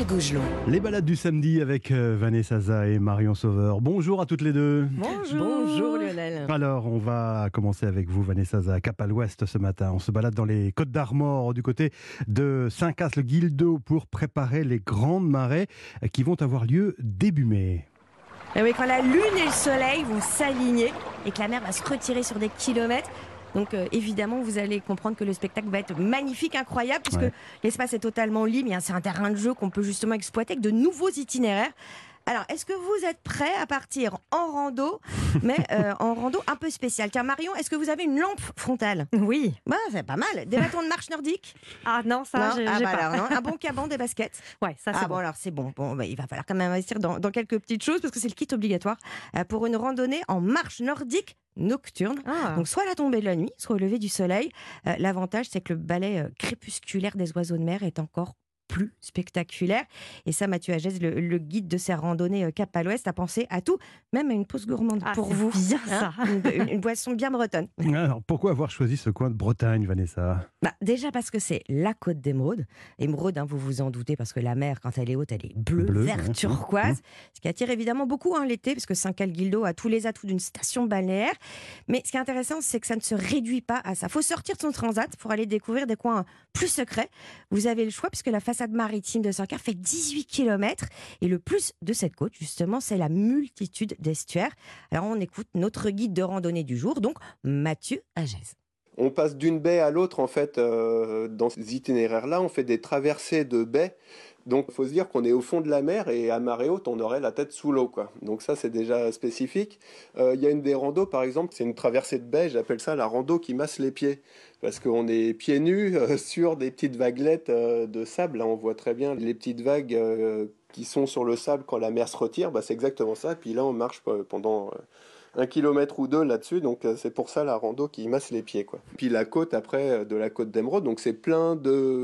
Gougelot. Les balades du samedi avec Vanessa Zaza et Marion Sauveur. Bonjour à toutes les deux. Bonjour Lionel. Alors, on va commencer avec vous, Vanessa Zaza, cap à l'ouest ce matin. On se balade dans les Côtes d'Armor, du côté de Saint-Cast-le-Guildo, pour préparer les grandes marées qui vont avoir lieu début mai. Et oui, quand la lune et le soleil vont s'aligner et que la mer va se retirer sur des kilomètres. Donc évidemment, vous allez comprendre que le spectacle va être magnifique, incroyable, puisque l'espace est totalement libre. C'est un terrain de jeu qu'on peut justement exploiter avec de nouveaux itinéraires. Alors, est-ce que vous êtes prêts à partir en rando, mais en rando un peu spéciale? Tiens, Marion, est-ce que vous avez une lampe frontale? Oui. Bah, c'est pas mal. Des bâtons de marche nordique? Ah non, ça, non, j'ai pas. Alors, non. Un bon caban, des baskets? Ouais, ça c'est bon. Alors c'est bon. Bah, il va falloir quand même investir dans quelques petites choses, parce que c'est le kit obligatoire pour une randonnée en marche nordique nocturne. Donc soit à la tombée de la nuit, soit au lever du soleil. L'avantage, c'est que le ballet crépusculaire des oiseaux de mer est encore plus spectaculaire. Et ça, Mathieu Agès, le guide de ces randonnées Cap à l'Ouest, a pensé à tout, même à une pause gourmande pour vous. Bien ça. Une boisson bien bretonne. Alors, pourquoi avoir choisi ce coin de Bretagne, Vanessa? Déjà parce que c'est la côte d'Émeraude. Émeraude, vous vous en doutez, parce que la mer, quand elle est haute, elle est bleue, verte, turquoise. Ce qui attire évidemment beaucoup l'été, parce que Saint-Cast-le-Guildo a tous les atouts d'une station balnéaire. Mais ce qui est intéressant, c'est que ça ne se réduit pas à ça. Il faut sortir de son transat pour aller découvrir des coins plus secrets. Vous avez le choix, puisque la façade maritime de Saint-Cast fait 18 km. Et le plus de cette côte, justement, c'est la multitude d'estuaires. Alors, on écoute notre guide de randonnée du jour, donc Mathieu Agès. On passe d'une baie à l'autre, en fait, dans ces itinéraires-là, on fait des traversées de baies. Donc, il faut se dire qu'on est au fond de la mer et à marée haute, on aurait la tête sous l'eau, quoi. Donc ça, c'est déjà spécifique. Il y a une des randos, par exemple, c'est une traversée de baie, j'appelle ça la rando qui masse les pieds. Parce qu'on est pieds nus sur des petites vaguelettes de sable. Là, on voit très bien les petites vagues qui sont sur le sable quand la mer se retire. C'est exactement ça. Et puis là, on marche pendant 1 kilomètre ou 2 là-dessus, donc c'est pour ça la rando qui masse les pieds, quoi. Puis la côte après de la côte d'Émeraude, donc c'est plein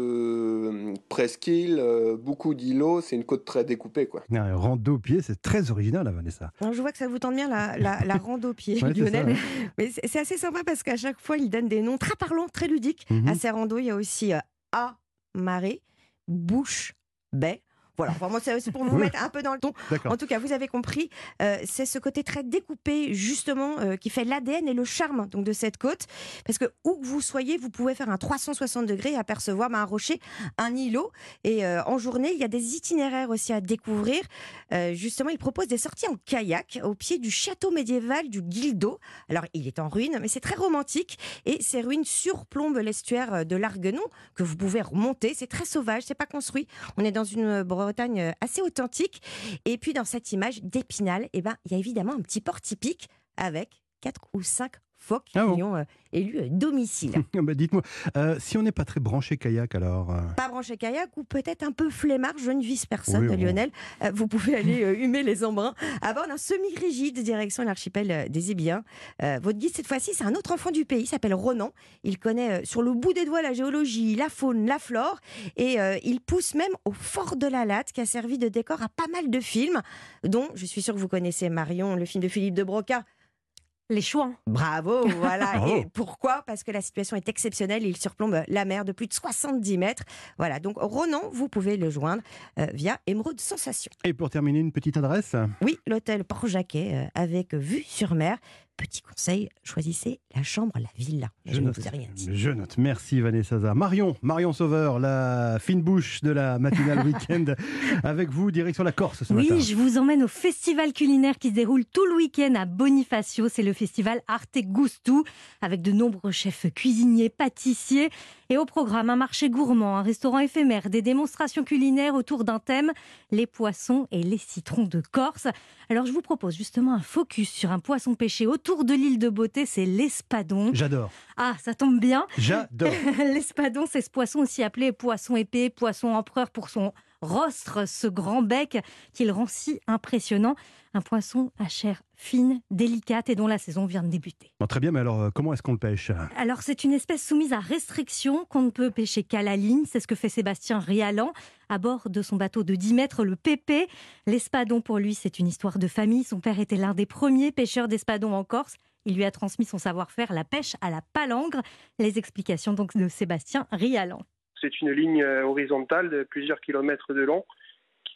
de presqu'îles, beaucoup d'îlots, c'est une côte très découpée, quoi. Rando pied, c'est très original, Vanessa. Alors, je vois que ça vous tente bien la rando pied, Lionel. Mais c'est assez sympa parce qu'à chaque fois, il donne des noms très parlants, très ludiques à ces randos. Il y a aussi à marée, bouche, baie. Voilà, moi c'est pour vous mettre un peu dans le ton. En tout cas, vous avez compris, c'est ce côté très découpé, justement, qui fait l'ADN et le charme donc, de cette côte. Parce que où que vous soyez, vous pouvez faire un 360 degrés et apercevoir un rocher, un îlot. Et en journée, il y a des itinéraires aussi à découvrir. Justement, il propose des sorties en kayak au pied du château médiéval du Guildo. Alors, il est en ruine, mais c'est très romantique. Et ces ruines surplombent l'estuaire de l'Arguenon, que vous pouvez remonter. C'est très sauvage, c'est pas construit. On est dans une Bretagne assez authentique. Et puis dans cette image d'Épinal, il y a évidemment un petit port typique avec 4 ou 5 phoques qui ont élu domicile. Dites-moi, si on n'est pas très branché kayak alors Pas branché kayak ou peut-être un peu flemmard, je ne vise personne, Lionel. Vous pouvez aller humer les embruns à bord d'un semi-rigide direction l'archipel des Hébrides. Votre guide cette fois-ci, c'est un autre enfant du pays, il s'appelle Ronan. Il connaît sur le bout des doigts la géologie, la faune, la flore et il pousse même au fort de la Latte qui a servi de décor à pas mal de films, dont je suis sûre que vous connaissez Marion, le film de Philippe de Broca. Les Chouans. Bravo, voilà. Et pourquoi? Parce que la situation est exceptionnelle. Il surplombe la mer de plus de 70 mètres. Voilà, donc Ronan, vous pouvez le joindre via Émeraude Sensation. Et pour terminer, une petite adresse? Oui, l'hôtel Port-Jacquet avec vue sur mer. Petit conseil, choisissez la chambre, la villa. Je ne vous ai rien dit. Je note. Merci Vanessa Zaza. Marion Sauveur, la fine bouche de la matinale week-end. Avec vous, direction la Corse ce matin. Oui, je vous emmène au festival culinaire qui se déroule tout le week-end à Bonifacio. C'est le festival Arte Gustu, avec de nombreux chefs cuisiniers, pâtissiers. Et au programme, un marché gourmand, un restaurant éphémère, des démonstrations culinaires autour d'un thème, les poissons et les citrons de Corse. Alors je vous propose justement un focus sur un poisson pêché autour de l'île de Beauté, c'est l'espadon. J'adore. Ah, ça tombe bien. J'adore. L'espadon, c'est ce poisson aussi appelé poisson épée, poisson empereur pour son rostre, ce grand bec qui le rend si impressionnant. Un poisson à chair fine, délicate et dont la saison vient de débuter. Bon, très bien, mais alors comment est-ce qu'on le pêche? Alors c'est une espèce soumise à restriction qu'on ne peut pêcher qu'à la ligne. C'est ce que fait Sébastien Rialan à bord de son bateau de 10 mètres, le Pépé. L'espadon pour lui, c'est une histoire de famille. Son père était l'un des premiers pêcheurs d'espadon en Corse. Il lui a transmis son savoir-faire, la pêche à la palangre. Les explications donc de Sébastien Rialan. C'est une ligne horizontale de plusieurs kilomètres de long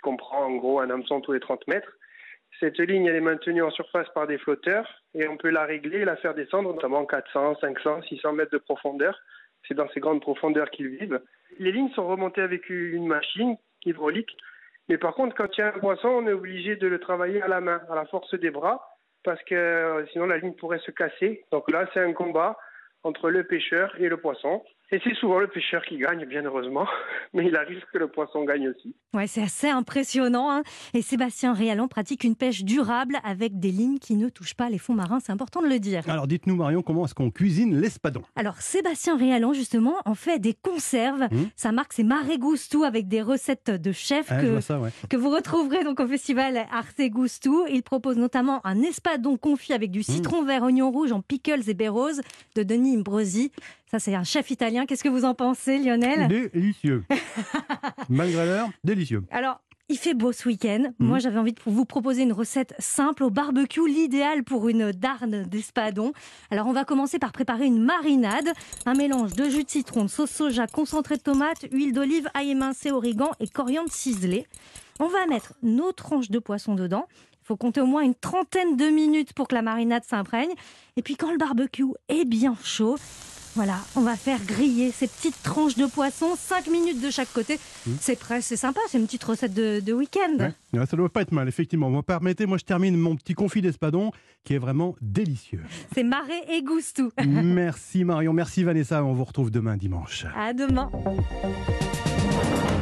comprend en gros un hameçon tous les 30 mètres. Cette ligne, elle est maintenue en surface par des flotteurs et on peut la régler et la faire descendre, notamment 400, 500, 600 mètres de profondeur. C'est dans ces grandes profondeurs qu'ils vivent. Les lignes sont remontées avec une machine hydraulique. Mais par contre, quand il y a un poisson, on est obligé de le travailler à la main, à la force des bras, parce que sinon la ligne pourrait se casser. Donc là, c'est un combat entre le pêcheur et le poisson. Et c'est souvent le pêcheur qui gagne, bien heureusement, mais il arrive que le poisson gagne aussi. Ouais, c'est assez impressionnant, hein. Et Sébastien Réalon pratique une pêche durable avec des lignes qui ne touchent pas les fonds marins, c'est important de le dire. Alors dites-nous Marion, comment est-ce qu'on cuisine l'espadon? Alors Sébastien Réalon justement en fait des conserves. Sa marque c'est Mare Gusto avec des recettes de chefs que vous retrouverez donc au festival Arte Gusto. Il propose notamment un espadon confit avec du citron vert, oignon rouge en pickles et baies roses de Denis Imbrosi. Ça, c'est un chef italien. Qu'est-ce que vous en pensez, Lionel? Délicieux. Malgré l'heure, délicieux. Alors, il fait beau ce week-end. Moi, j'avais envie de vous proposer une recette simple au barbecue, l'idéal pour une darne d'espadon. Alors, on va commencer par préparer une marinade. Un mélange de jus de citron, de sauce soja, concentré de tomate, huile d'olive, ail émincé, origan et coriandre ciselé. On va mettre nos tranches de poisson dedans. Il faut compter au moins une trentaine de minutes pour que la marinade s'imprègne. Et puis, quand le barbecue est bien chaud, voilà, on va faire griller ces petites tranches de poisson, 5 minutes de chaque côté. C'est prêt, c'est sympa, c'est une petite recette de week-end. Ouais, ça doit pas être mal, effectivement. Vous me permettez, moi je termine mon petit confit d'espadon qui est vraiment délicieux. C'est Mare Gusto. Merci Marion, merci Vanessa, on vous retrouve demain dimanche. À demain.